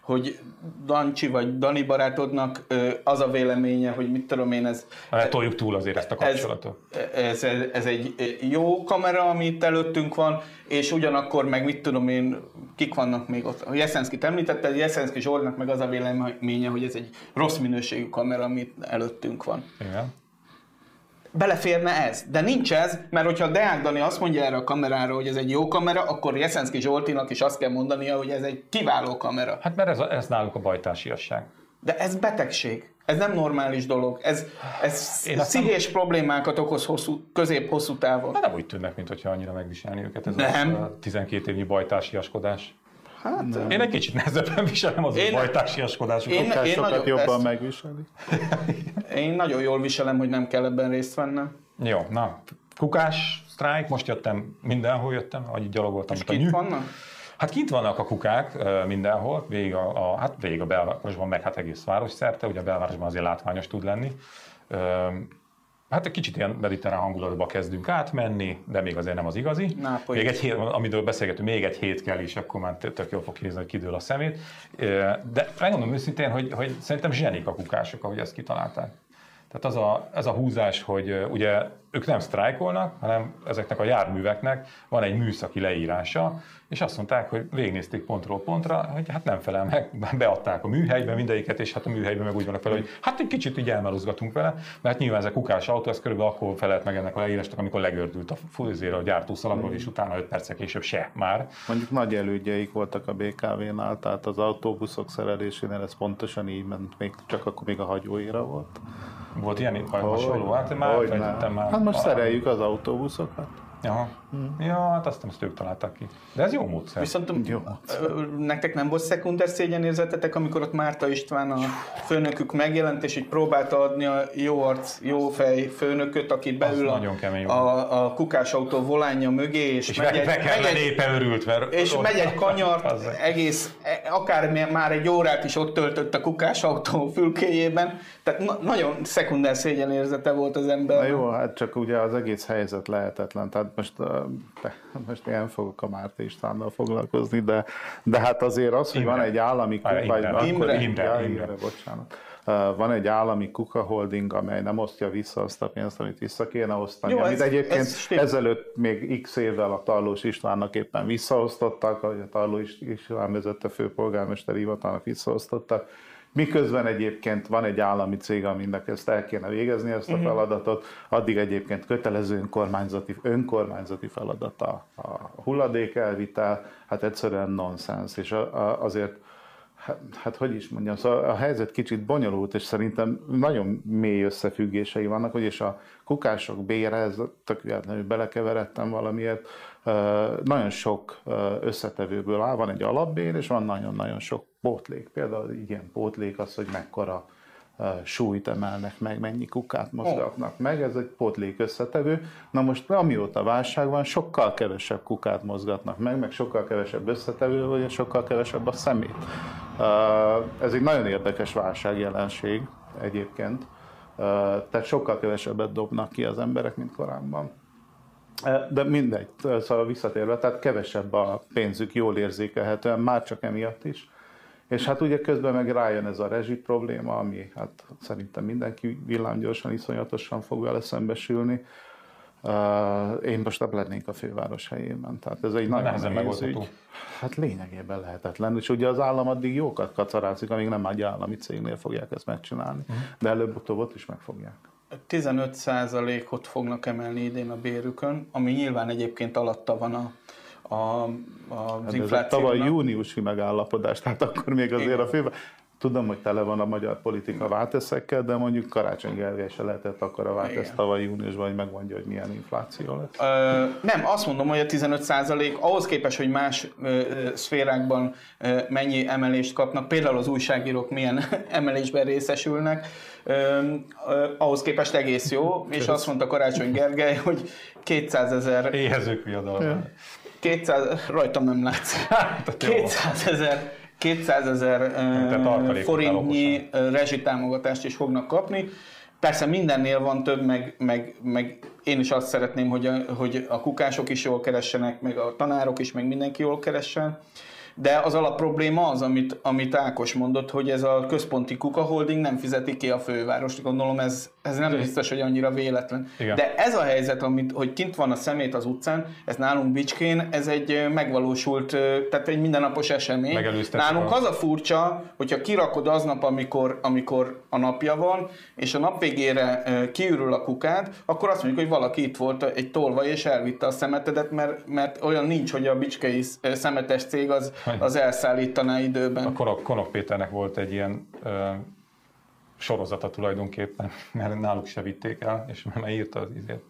B: hogy Dancsi vagy Dani barátodnak az a véleménye, hogy mit tudom én, ez...
A: Toljuk túl azért ezt a kapcsolatot.
B: Ez egy jó kamera, ami itt előttünk van, és ugyanakkor meg mit tudom én, kik vannak még ott. Jeszenszkit említetted, Jeszenszki Zsoltnak meg az a véleménye, hogy ez egy rossz minőségű kamera, ami előttünk van.
A: Igen.
B: Beleférne ez, de nincs ez, mert hogyha Deák Dani azt mondja erre a kamerára, hogy ez egy jó kamera, akkor Jeszenszki Zsoltinak is azt kell mondania, hogy ez egy kiváló kamera.
A: Hát mert ez náluk a bajtársiasság.
B: De ez betegség. Ez nem normális dolog. Ez pszichés problémákat okoz közép-hosszú távon.
A: Hát nem úgy tűnnek, mintha annyira megviselni őket ez
B: nem.
A: a 12 évnyi bajtársiaskodás.
B: Hát,
A: én egy kicsit nehezebben viselem az bajtársiaskodásokat.
C: Sokat jobban megviseli.
B: Én nagyon jól viselem, hogy nem kell ebben részt vennem.
A: Jó, na, kukás sztrájk, most jöttem, mindenhol jöttem, ahogy gyalogoltam.
B: És kint vannak?
A: Hát kint vannak a kukák mindenhol, végig a belvárosban, meg hát egész város szerte, ugye a belvárosban azért látványos tud lenni. Hát egy kicsit ilyen mediterrán hangulatba kezdünk átmenni, de még azért nem az igazi. Még egy hét, amiről beszélgetünk, még egy hét kell is, akkor már tök jól fog kinézni, hogy kidől a szemét. De megmondom őszintén, hogy szerintem zsenik a kukások, ahogy ezt kitalálták. Tehát ez a húzás, hogy ugye ők nem sztrájkolnak, hanem ezeknek a járműveknek van egy műszaki leírása, és azt mondták, hogy végignézték pontról pontra, hogy hát nem felel meg, beadták a műhelybe mindegyiket, és hát a műhelyben meg úgy vannak fel, hogy hát egy kicsit így elmelozgatunk vele, mert nyilván ez a kukás autó, ez körülbelül akkor felelt meg ennek a leírásnak, amikor legördült a gyártószalagról, és utána 5 perccel később se már.
C: Mondjuk nagy elődjeik voltak a BKV-nál, tehát az autóbuszok szerelésénél ez pontosan így ment, csak akkor még a hagyóéra volt.
A: Volt ilyen hasonló? Hát már.
C: Hát most szereljük az autóbuszokat.
A: Aha. Ja, hát azt ők találták ki. De ez jó módszer.
B: Viszont nektek nem volt szekunder szégyenérzetetek, amikor ott Márta István, a főnökük megjelent, és így próbálta adni a jó arc, jó fej főnököt, aki beül a kukásautó volánja mögé, és megy egy kanyart, egész, akár már egy órát is ott töltött a kukásautó fülkéjében. Tehát nagyon szekunder szégyenérzete volt az ember.
C: Na jó, hát csak ugye az egész helyzet lehetetlen. Tehát most én fogok a Márta Istvánnal foglalkozni, de hát azért az, hogy van egy állami van egy állami kuka holding, amely nem osztja vissza azt a pénzt, amit vissza kéne osztani. Jó, amit egyébként ezelőtt még x évvel a Tarlós Istvánnak éppen visszaosztottak, ahogy a Tarlós István vezette főpolgármesteri hivatalnak visszaosztottak. Miközben egyébként van egy állami cég, aminek ezt el kéne végezni, ezt a feladatot, addig egyébként kötelező önkormányzati feladata a hulladékelvitel, hát egyszerűen nonsens, és azért, hát hogy is mondjam, szóval a helyzet kicsit bonyolult, és szerintem nagyon mély összefüggései vannak, hogy és a kukások bére, ez tök véletlenül belekeveredtem valamiért, nagyon sok összetevőből áll, van egy alapbér, és van nagyon-nagyon sok pótlék. Például ilyen pótlék az, hogy mekkora súlyt emelnek meg, mennyi kukát mozgatnak meg, ez egy pótlék összetevő. Na most amióta válság van, sokkal kevesebb kukát mozgatnak meg sokkal kevesebb összetevő, vagy sokkal kevesebb a szemét. Ez egy nagyon érdekes válságjelenség egyébként, tehát sokkal kevesebbet dobnak ki az emberek, mint korábban. De mindegy, szóval visszatérve, tehát kevesebb a pénzük, jól érzékelhetően, már csak emiatt is. És hát ugye közben meg rájön ez a rezsi probléma, ami hát szerintem mindenki villámgyorsan, iszonyatosan fog vele szembesülni. Én most nem lennék a főváros helyében, tehát ez egy nagyon nehéz ügy. Hát lényegében lehetetlen, és ugye az állam addig jókat kacarázik, amíg nem egy állami cégnél fogják ezt megcsinálni, de előbb-utóbb ott is megfogják.
B: 15%-ot fognak emelni idén a bérükön, ami nyilván egyébként alatta van az inflációnak. Ez
C: tavaly júniusi megállapodás, tehát akkor még azért a főváros... Tudom, hogy tele van a magyar politika válteszekkel, de mondjuk Karácsony Gergely se lehetett akkor a váltesz tavaly júniusban, hogy megmondja, hogy milyen infláció lesz.
B: Nem, azt mondom, hogy a 15% ahhoz képest, hogy más szférákban mennyi emelést kapnak, például az újságírók milyen emelésben részesülnek, ahhoz képest egész jó, és azt mondta Karácsony Gergely, hogy 200 000...
A: Éhezők viadalma.
B: Rajtam nem látsz. 200 000 forintnyi rezsitámogatást is fognak kapni. Persze mindennél van több, meg én is azt szeretném, hogy a kukások is jól keressenek, meg a tanárok is, meg mindenki jól keressen. De az alapprobléma az, amit Ákos mondott, hogy ez a központi Kuka Holding nem fizeti ki a fővárost. Gondolom ez nem biztos, hogy annyira véletlen.
A: Igen.
B: De ez a helyzet, hogy kint van a szemét az utcán, ez nálunk Bicskén, ez egy megvalósult, tehát egy mindennapos esemény. Nálunk az a furcsa, hogyha kirakod aznap, amikor a napja van, és a nap végére kiürül a kukád, akkor azt mondjuk, hogy valaki itt volt egy tolvaj, és elvitte a szemetedet, mert olyan nincs, hogy a bicskei szemetes cég az elszállítaná időben.
A: A Konok Péternek volt egy ilyen sorozata tulajdonképpen, mert náluk se vitték el, és már írta az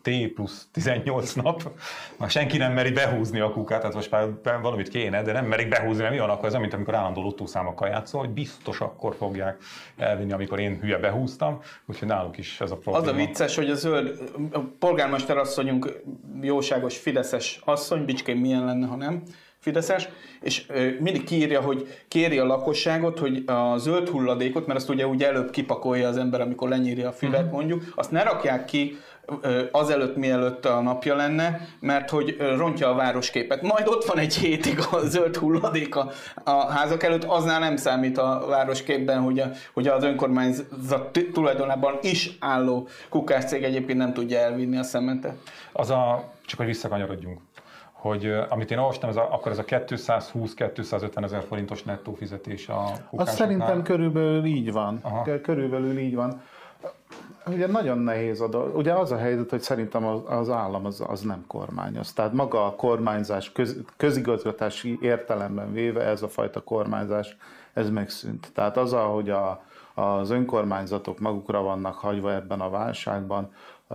A: T+18 nap, már senki nem meri behúzni a kukát, tehát most már valamit kéne, de nem merik behúzni, mert mi van akkor, ez mint amikor állandó lottószámokkal játszol, hogy biztos akkor fogják elvinni, amikor én hülye behúztam, úgyhogy náluk is ez a probléma.
B: Az a vicces, hogy a polgármester asszonyunk jóságos fideszes asszony, Bicskén milyen lenne, ha nem fideszes, és mindig kiírja, hogy kéri a lakosságot, hogy a zöld hulladékot, mert azt ugye úgy előbb kipakolja az ember, amikor lenyírja a füvet mondjuk, azt ne rakják ki azelőtt, mielőtt a napja lenne, mert hogy rontja a városképet. Majd ott van egy hétig a zöld hulladék a házak előtt, aznál nem számít a városképben, hogy az önkormányzat tulajdonában is álló kukászcég egyébként nem tudja elvinni a szemetet.
A: Csak hogy visszakanyarodjunk, hogy amit én olvastam, akkor ez a 220-250 ezer forintos nettó fizetés a kukásoknál.
C: Azt szerintem körülbelül így van. Körülbelül így van. Ugye nagyon nehéz ugye az a helyzet, hogy szerintem az állam az nem kormányoz. Tehát maga a kormányzás, közigazgatási értelemben véve ez a fajta kormányzás, ez megszűnt. Tehát az, ahogy az önkormányzatok magukra vannak hagyva ebben a válságban,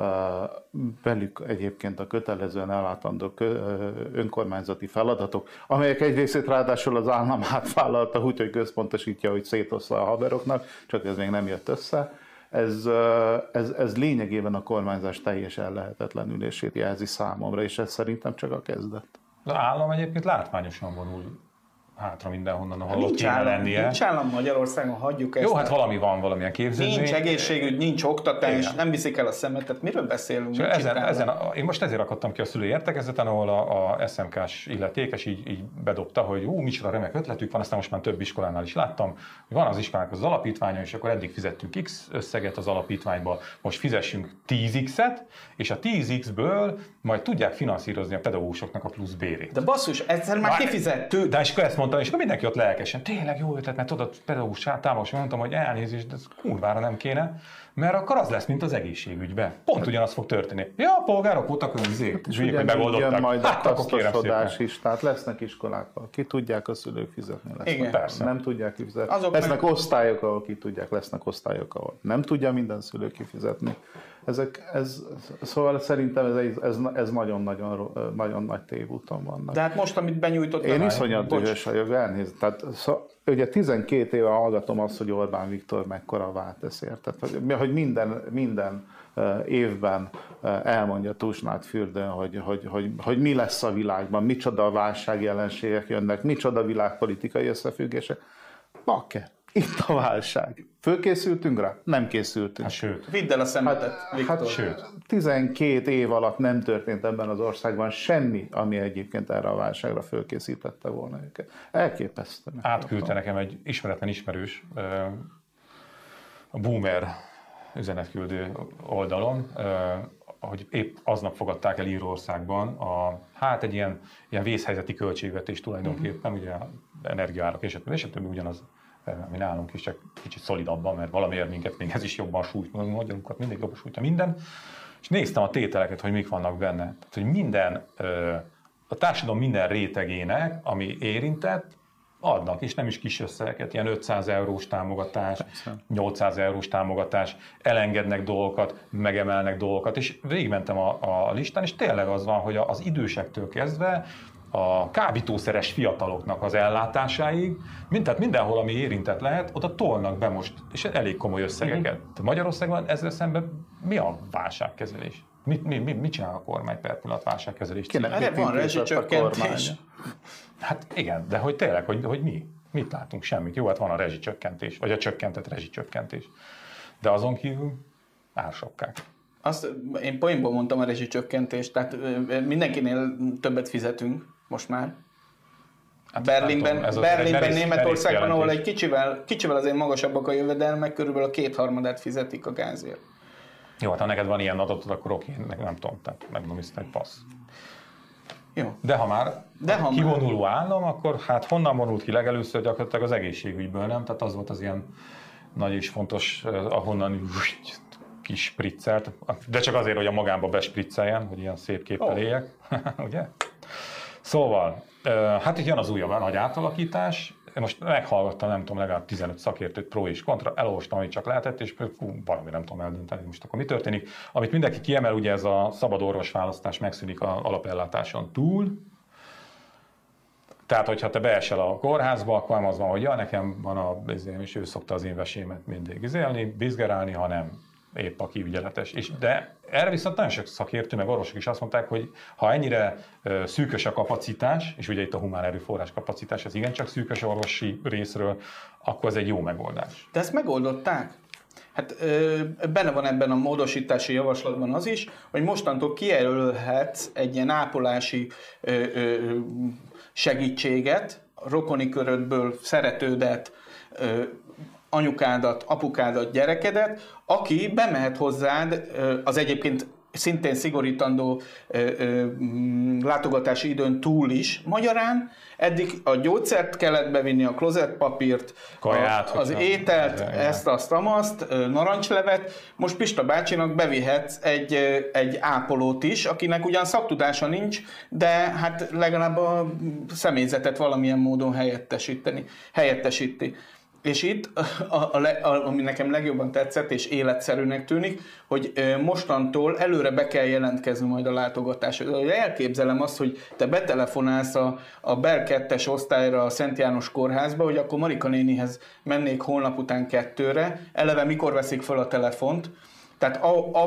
C: velük egyébként a kötelezően ellátandó önkormányzati feladatok, amelyek egy részét ráadásul az állam átvállalta, úgyhogy központosítja, hogy szétoszta a haveroknak, csak ez még nem jött össze. Ez lényegében a kormányzás teljes ellehetetlenülését jelzi számomra, és ez szerintem csak a kezdet.
A: Az állam egyébként látványosan vonul hátra mindenhonnan, ahol ott kéne lennie.
B: Nincs állam Magyarországon, hagyjuk ezt.
A: Jó, hát valami van, valamilyen képződmény.
B: Nincs egészségügy, nincs oktatás, igen. Nem viszik el a szemetet. Miről beszélünk?
A: Én most ezért akadtam ki a szülői értekezleten, ahol a SMK-s illetékes így bedobta, hogy micsoda remek ötletük van, aztán most már több iskolánál is láttam, hogy van az iskolának az alapítványa, és akkor eddig fizettünk X összeget az alapítványba, most fizessünk 10X-et, és a 10X-ből majd tudják finanszírozni a pedagógusoknak a plusz bérét.
B: De basszus, egyszer már kifizettük.
A: De és akkor ezt mondtam, és akkor mindenki ott lelkesen, tényleg jó ötlet, mert tudod, pedagógus támogatni, mondtam, hogy elnézést, de ez kurvára nem kéne, mert akkor az lesz, mint az egészségügyben. Pont ugyanaz fog történni. Ja, a polgárok voltak önzék, és hogy megoldották.
C: Jön majd a kasztosodás is, tehát lesznek iskolák, ahol ki tudják a szülők fizetni.
B: Igen,
A: persze.
C: Nem tudják kifizetni. Lesznek osztályok, ahol ki tudják, lesznek osztályok, ahol nem tudja minden szülő kifizetni. Szóval szerintem ez nagyon nagy tévúton vannak.
B: De hát most, amit benyújtott...
C: Én iszonyat dühös vagyok, elnézést. Tehát, ugye 12 éve hallgatom azt, hogy Orbán Viktor mekkora váltesz érted. Hogy minden évben elmondja Tusnád fürdőn, hogy mi lesz a világban, micsoda válságjelenségek jönnek, micsoda világpolitikai összefüggések. Bakker. Itt a válság. Fölkészültünk rá? Nem készültünk.
A: Hát, sőt.
B: Vidd el a szemetet, Viktor.
A: Sőt.
C: 12 év alatt nem történt ebben az országban semmi, ami egyébként erre a válságra fölkészítette volna őket. Elképesztő.
A: Átküldte nekem egy ismeretlen ismerős a Boomer üzenetküldő oldalon, hogy épp aznap fogadták el Írországban egy ilyen vészhelyzeti költségvetés tulajdonképpen, ugye energiaárak és a többi ugyanaz, ami nálunk is, csak kicsit szolidabban, mert valamiért minket még ez is jobban sújt, magyarunkat mindig jobban sújtja minden. És néztem a tételeket, hogy mik vannak benne. Tehát, hogy a társadalom minden rétegének, ami érintett, adnak, és nem is kis összegeket, ilyen 500 eurós támogatás, 800 eurós támogatás, elengednek dolgokat, megemelnek dolgokat, és végigmentem a listán, és tényleg az van, hogy az idősektől kezdve a kábítószeres fiataloknak az ellátásáig, tehát mindenhol, ami érintett lehet, oda tolnak be most, és elég komoly összegeket. Magyarországon ezzel szemben mi a válságkezelés? Mit csinál a kormány per pillanat válságkezelést?
B: Van rezsicsökkentés.
A: Hát igen, de hogy tényleg, hogy mi? Mit látunk? Semmit. Jó, hát van a rezsicsökkentés, vagy a csökkentett rezsicsökkentés. De azon kívül ársapkák.
B: Én poénból mondtam a rezsicsökkentést, tehát mindenkinél többet fizetünk most már. Berlinben, Németországban, ahol egy kicsivel azért magasabbak a jövedelmek, körülbelül a 2/3 fizetik a gázért.
A: Jó, hát ha neked van ilyen adatod, akkor oké, nem tudom, tehát megmondom, hogy egy passz.
B: Jó.
A: De ha már kivonuló állam, akkor hát honnan vonult ki legelőször? Gyakorlatilag az egészségügyből, nem? Tehát az volt az ilyen nagy és fontos, ahonnan kis spriccelt, de csak azért, hogy a magánba bespricceljen, hogy ilyen szép képpel éljek, ugye? Szóval, hát itt jön az újabb nagy átalakítás. Én most meghallgattam, nem tudom, legalább 15 szakértőt pro és kontra, elolvastam, amit csak lehetett, és valami nem tudom eldönteni, most akkor mi történik. Amit mindenki kiemel, ugye ez a szabad orvosválasztás megszűnik az alapellátáson túl. Tehát, hogyha te beesel a kórházba, akkor nem az van, hogy ja, nekem van és ő szokta az én vesémet mindig izélni, bizgerálni, hanem épp a kiügyeletes. De erre viszont nagyon sok szakértő, meg orvosok is azt mondták, hogy ha ennyire szűkös a kapacitás, és ugye itt a humán erőforrás kapacitás, ez igencsak szűkös orvosi részről, akkor ez egy jó megoldás.
B: De ezt megoldották? Hát benne van ebben a módosítási javaslatban az is, hogy mostantól kijelölhetsz egy ilyen ápolási segítséget, rokoni körödből szeretődet, anyukádat, apukádat, gyerekedet, aki bemehet hozzád az egyébként szintén szigorítandó látogatási időn túl is. Magyarán eddig a gyógyszert kellett bevinni, a klozettpapírt,
A: kaját,
B: az ételt, ezt, azt, amazt, narancslevet. Most Pista bácsinak bevihetsz egy ápolót is, akinek ugyan szaktudása nincs, de hát legalább a személyzetet valamilyen módon helyettesíti. És itt, ami nekem legjobban tetszett és életszerűnek tűnik, hogy mostantól előre be kell jelentkezni majd a látogatásra. Elképzelem azt, hogy te betelefonálsz a Ber 2-es osztályra a Szent János kórházba, hogy akkor Marika nénihez mennék holnap után 2-re, eleve mikor veszik fel a telefont. Tehát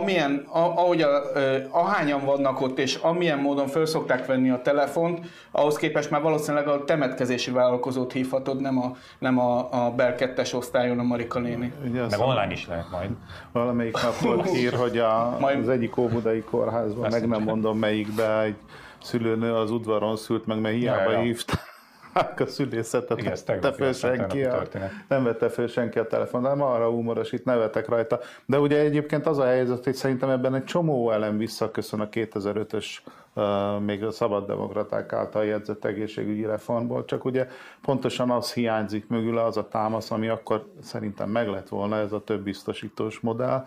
B: ahányan vannak ott, és amilyen módon föl szokták venni a telefont, ahhoz képest már valószínűleg a temetkezési vállalkozót hívhatod, nem a Ber 2-es osztályon a Marika néni.
A: Meg online is lehet majd.
C: Valamelyik nap volt hír, hogy az egyik óbudai kórházban, meg nem mondom melyikbe, egy szülőnő az udvaron szült meg, mert hiába hívta a szülészetet, nem vette föl senki a telefon, de arra humorosít, nevetek rajta. De ugye egyébként az a helyzet, hogy szerintem ebben egy csomó elem visszaköszön a 2005-ös még a szabaddemokraták által jegyzett egészségügyi reformból, csak ugye pontosan az hiányzik mögül, az a támasz, ami akkor szerintem meg lett volna, ez a több biztosítós modell.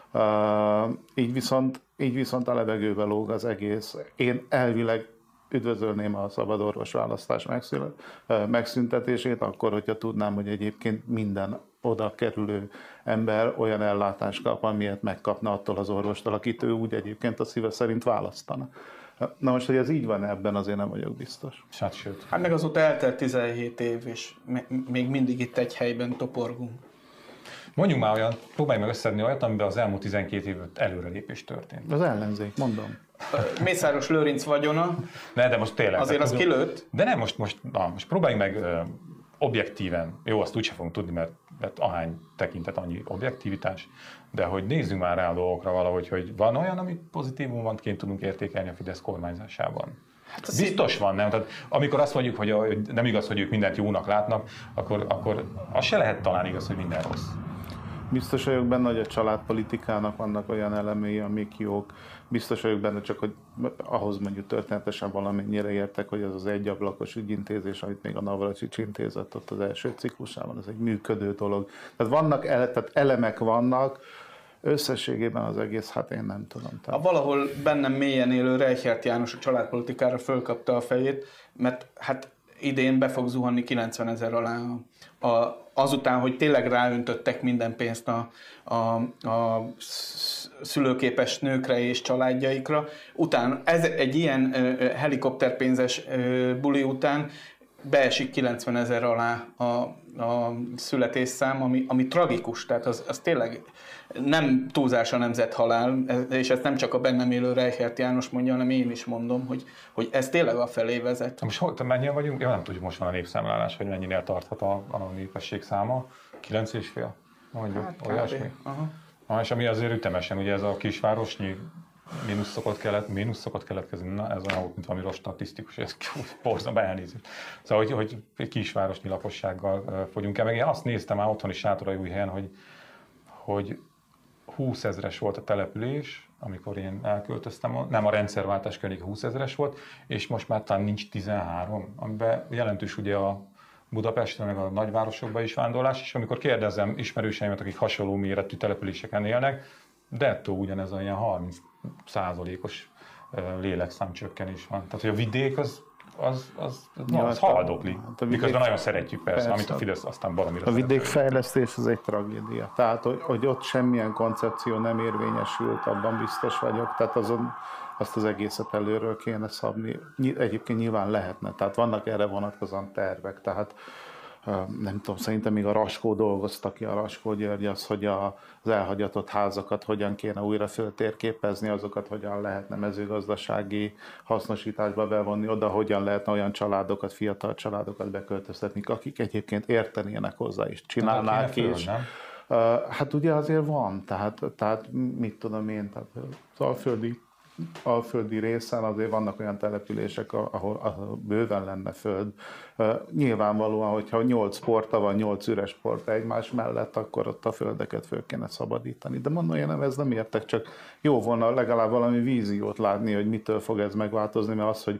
C: Így viszont a levegőbe lóg az egész. Én elvileg üdvözölném a szabad orvosválasztás megszüntetését, akkor, hogyha tudnám, hogy egyébként minden oda kerülő ember olyan ellátást kap, amilyet megkapna attól az orvostól, akit ő úgy egyébként a szíve szerint választana. Na most, hogy ez így van, ebben azért nem vagyok biztos.
A: Sőt.
B: Hát meg azóta eltelt 17 év, és még mindig itt egy helyben toporgunk.
A: Mondjuk már olyan, próbálj meg összedni olyat, amiben az elmúlt 12 évben előrelépés történt.
C: Az ellenzék, mondom.
B: Mészáros Lőrinc vagyona.
A: De most tényleg.
B: Azért az kilőtt.
A: De nem, most próbálj meg objektíven. Jó, azt úgyse fogunk tudni, mert ahány tekintet, annyi objektivitás. De hogy nézzünk már rá a dolgokra valahogy, hogy van olyan, ami pozitívumként tudunk értékelni a Fidesz kormányzásában. Hát biztos van, nem? Tehát amikor azt mondjuk, hogy nem igaz, hogy ők mindent jónak látnak, akkor az se lehet talán igaz, hogy minden rossz.
C: Biztos vagyok benne, hogy a családpolitikának vannak olyan elemei, amik jók. Biztos vagyok benne, csak hogy ahhoz mondjuk történetesen valamennyire értek, hogy az az egyablakos ügyintézés, amit még a Navracsics intézett ott az első ciklusában, ez egy működő dolog. Tehát elemek vannak, összességében az egész, hát én nem tudom.
B: A valahol bennem mélyen élő Reichert János a családpolitikára fölkapta a fejét, mert hát idén be fog zuhanni 90 000 alá azután, hogy tényleg ráöntöttek minden pénzt a szülőképes nőkre és családjaikra. Utána egy ilyen helikopterpénzes buli után beesik 90 000 alá a születésszám, ami tragikus, tehát az tényleg nem túlzás a nemzethalál, és ezt nem csak a bennem élő Reichert János mondja, hanem én is mondom, hogy ez tényleg afelé vezet.
A: Most mennyien vagyunk? Ja, nem tudjuk, most van a népszámlálás, hogy mennyinél tarthat a népesség száma. 9,5? Mondjuk,
B: hát,
A: olyasmi. És ami azért ütemesen, ugye ez a kisvárosnyi mínusz szokott keletkezni, na ez olyan volt, mint valami rossz statisztikus, ez borzasztó elnézést. Szóval, hogy egy kisvárosnyi lakossággal fogyunk el, meg én azt néztem már otthon is Sátoraljaújhelyen, hogy 20 000-es volt a település, amikor én elköltöztem, nem a rendszerváltás környéke 20 000-es volt, és most már talán nincs 13, amiben jelentős ugye a Budapesten, meg a nagyvárosokban is vándorlás, és amikor kérdezem ismerőseimet, akik hasonló méretű településeken élnek, dettó ugyanez a ilyen 30%-os lélekszámcsökkenés van. Tehát, hogy a vidék az haldoklik. Miközben nagyon szeretjük persze, amit a Fidesz aztán baromira
C: a vidékfejlesztés az egy tragédia. Tehát, hogy ott semmilyen koncepció nem érvényesült, abban biztos vagyok. Tehát azt az egészet előről kéne szabni. Egyébként nyilván lehetne. Tehát vannak erre vonatkozóan tervek. Tehát nem tudom, szerintem még a Raskó dolgozta ki, a Raskó György az, hogy az elhagyatott házakat hogyan kéne újra föltérképezni, azokat hogyan lehetne mezőgazdasági hasznosításba bevonni, oda hogyan lehetne olyan családokat, fiatal családokat beköltöztetni, akik egyébként értenének hozzá és csinálnák is. Hát ugye azért van, tehát mit tudom én, tehát az alföldi részen azért vannak olyan települések, ahol bőven lenne föld. Nyilvánvalóan, hogyha 8 porta van, 8 üres porta egymás mellett, akkor ott a földeket föl kéne szabadítani. De mondom, én ez nem értek, csak jó volna legalább valami víziót látni, hogy mitől fog ez megváltozni, mert az, hogy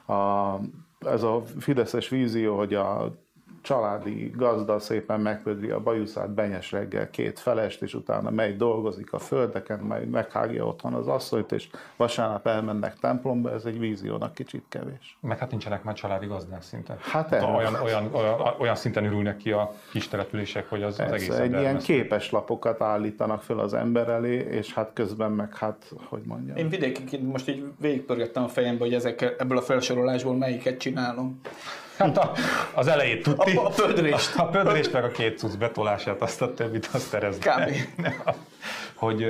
C: ez a fideszes vízió, hogy a családi gazda szépen megpödri a bajuszát benyes reggel 2 felest, és utána megy dolgozik a földeken, majd meghágja otthon az asszonyt, és vasárnap elmennek templomba, ez egy víziónak kicsit kevés.
A: Meg hát nincsenek már családi gazdák szinten.
C: Hát
A: olyan szinten ürülnek ki a kis települések, hogy az egész
C: egy ilyen képeslapokat állítanak föl az ember elé, és hát közben meg hogy mondjam.
B: Én vidékiként most így végigpörgettem a fejembe, hogy ebből a felsorolásból melyiket csinálom.
A: Hát az elejét tudti.
B: A pödrést.
A: A pödrést meg a 2 cucc betolását, azt a többit, azt terezd.
B: Kb.
A: Hogy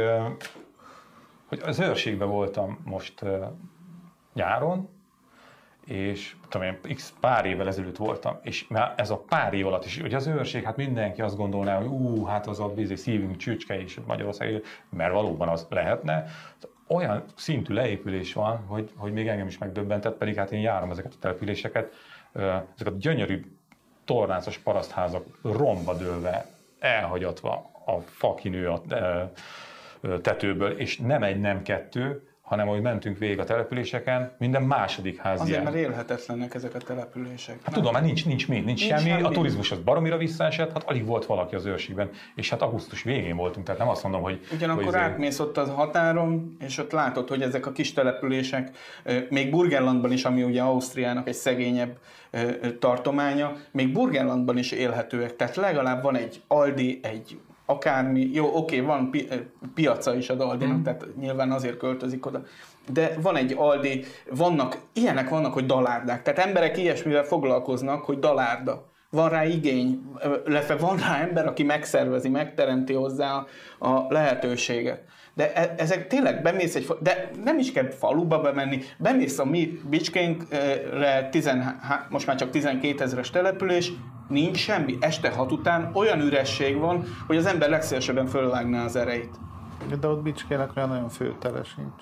A: az őrségben voltam most nyáron, és tudom én, pár évvel ezelőtt voltam, és már ez a pár év alatt is, hogy az őrség, hát mindenki azt gondolná, hogy hát az a szívünk csücske is Magyarország, mert valóban az lehetne. Olyan szintű leépülés van, hogy még engem is megdöbbentett, pedig hát én járom ezeket a településeket, ezek a gyönyörű tornácos parasztházak romba dőlve, elhagyatva a fakinő a tetőből, és nem egy, nem 2, hanem ahogy mentünk végig a településeken, minden második ház
B: azért,
A: ilyen.
B: mert élhetetlenek ezek a települések.
A: Hát tudom, mert nincs semmi, a turizmus az baromira visszaesett, hát alig volt valaki az őrségben, és hát augusztus végén voltunk, tehát nem azt mondom, hogy...
B: Ugyanakkor átmész ott a határon, és ott látod, hogy ezek a kis települések, még Burgenlandban is, ami ugye Ausztriának egy szegényebb tartománya, még Burgenlandban is élhetőek, tehát legalább van egy Aldi, egy akármi, jó, oké, van piaca is az Aldinak, tehát nyilván azért költözik oda. De van egy Aldi, ilyenek vannak, hogy dalárdák. Tehát emberek ilyesmivel foglalkoznak, hogy dalárda. Van rá igény, illetve van rá ember, aki megszervezi, megteremti hozzá a lehetőséget. De ezek tényleg bemész de nem is kell faluba bemenni, bemész a mi Bicskénkre, most már csak 12 000-es település, nincs semmi. Este 6 után olyan üresség van, hogy az ember legszívesebben fölvágná az erejét.
C: De ott Bicskének olyan nagyon főtere sincs.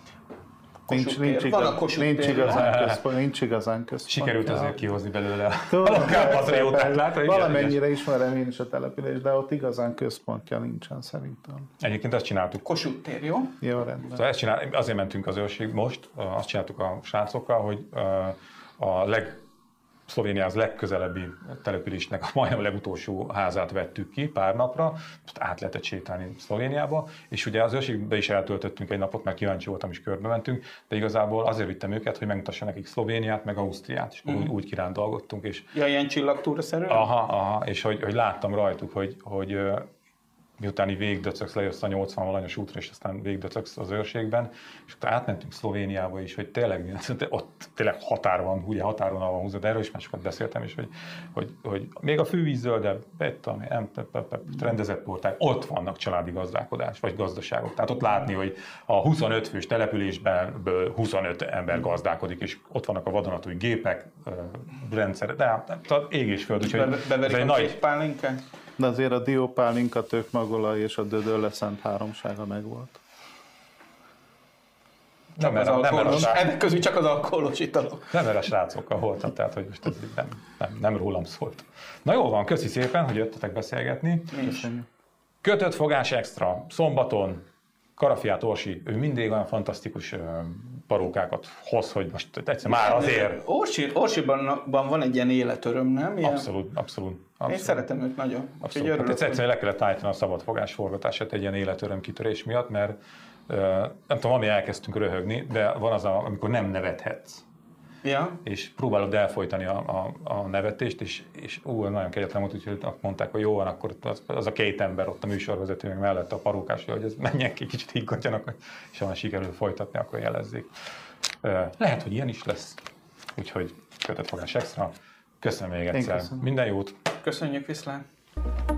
C: Nincs igazán központ.
A: Sikerült azért kihozni belőle a lokálpatriótát.
C: Valamennyire ismerem én is a települést, de ott igazán központja nincsen szerintem.
A: Egyébként azt csináltuk.
B: Kossuth tér, jó?
C: Jó, rendben.
A: Szóval azért mentünk az őrség most, azt csináltuk a srácokkal, hogy Szlovéniához legközelebbi településnek majdnem a legutolsó házát vettük ki pár napra, most át lehetett sétálni Szlovéniába, és ugye az őrségbe is eltöltöttünk egy napot, mert kíváncsi voltam, is körbe mentünk, de igazából azért vittem őket, hogy megmutassam nekik Szlovéniát, meg Ausztriát, és úgy kirándalgottunk. És
B: ilyen csillagtúra-szerűen?
A: Aha, és hogy láttam rajtuk, hogy miután így végigdöcögsz, lejössz a 80-valanyos útra, és aztán végigdöcögsz az őrségben, és utána átmentünk Szlovéniába is, hogy tényleg, ott tényleg határ van, ugye határon van húzva, de erről is már sokat beszéltem is, hogy még a fővíz zöldebb, rendezett portáj, ott vannak családi gazdálkodás, vagy gazdaságok. Tehát ott látni, hogy a 25 fős településben 25 ember gazdálkodik, és ott vannak a vadonatúj gépek, rendszer, de ég és föld, úgyhogy
B: beverik a nagy pálinkát?
C: De azért a diópálinka, tőkmagola és a dödölle szent háromsága megvolt.
B: Ennek közül csak az alkoholos italok.
A: Nem erre a srácokkal voltam, tehát hogy most ez nem rólam szólt. Na jó van, köszi szépen, hogy jöttetek beszélgetni. Kötött fogás extra, szombaton, Karafiát Orsi, ő mindig olyan fantasztikus parókákat hoz, hogy most egyszer már azért...
B: Orsiban van egy ilyen életöröm, nem? Ilyen...
A: Abszolút.
B: Én szeretem őt nagyon.
A: Abszolút. Hát egyszerűen le kellett állítani a szabadfogás forgatását egy ilyen életöröm kitörés miatt, mert nem tudom, ami elkezdtünk röhögni, de van az, amikor nem nevethetsz.
B: Ja.
A: És próbálod elfojtani a nevetést, és nagyon kegyetlen volt, úgyhogy mondták, hogy jó van, akkor az a két ember ott a műsorvezető meg mellette a parókás, hogy ez menjen ki, kicsit higgadjanak, és ha sikerül folytatni, akkor jelezzék. Lehet, hogy ilyen is lesz, úgyhogy kötött fogás extra. Köszönöm még egyszer. Minden jót!
B: Köszönjük, viszlát!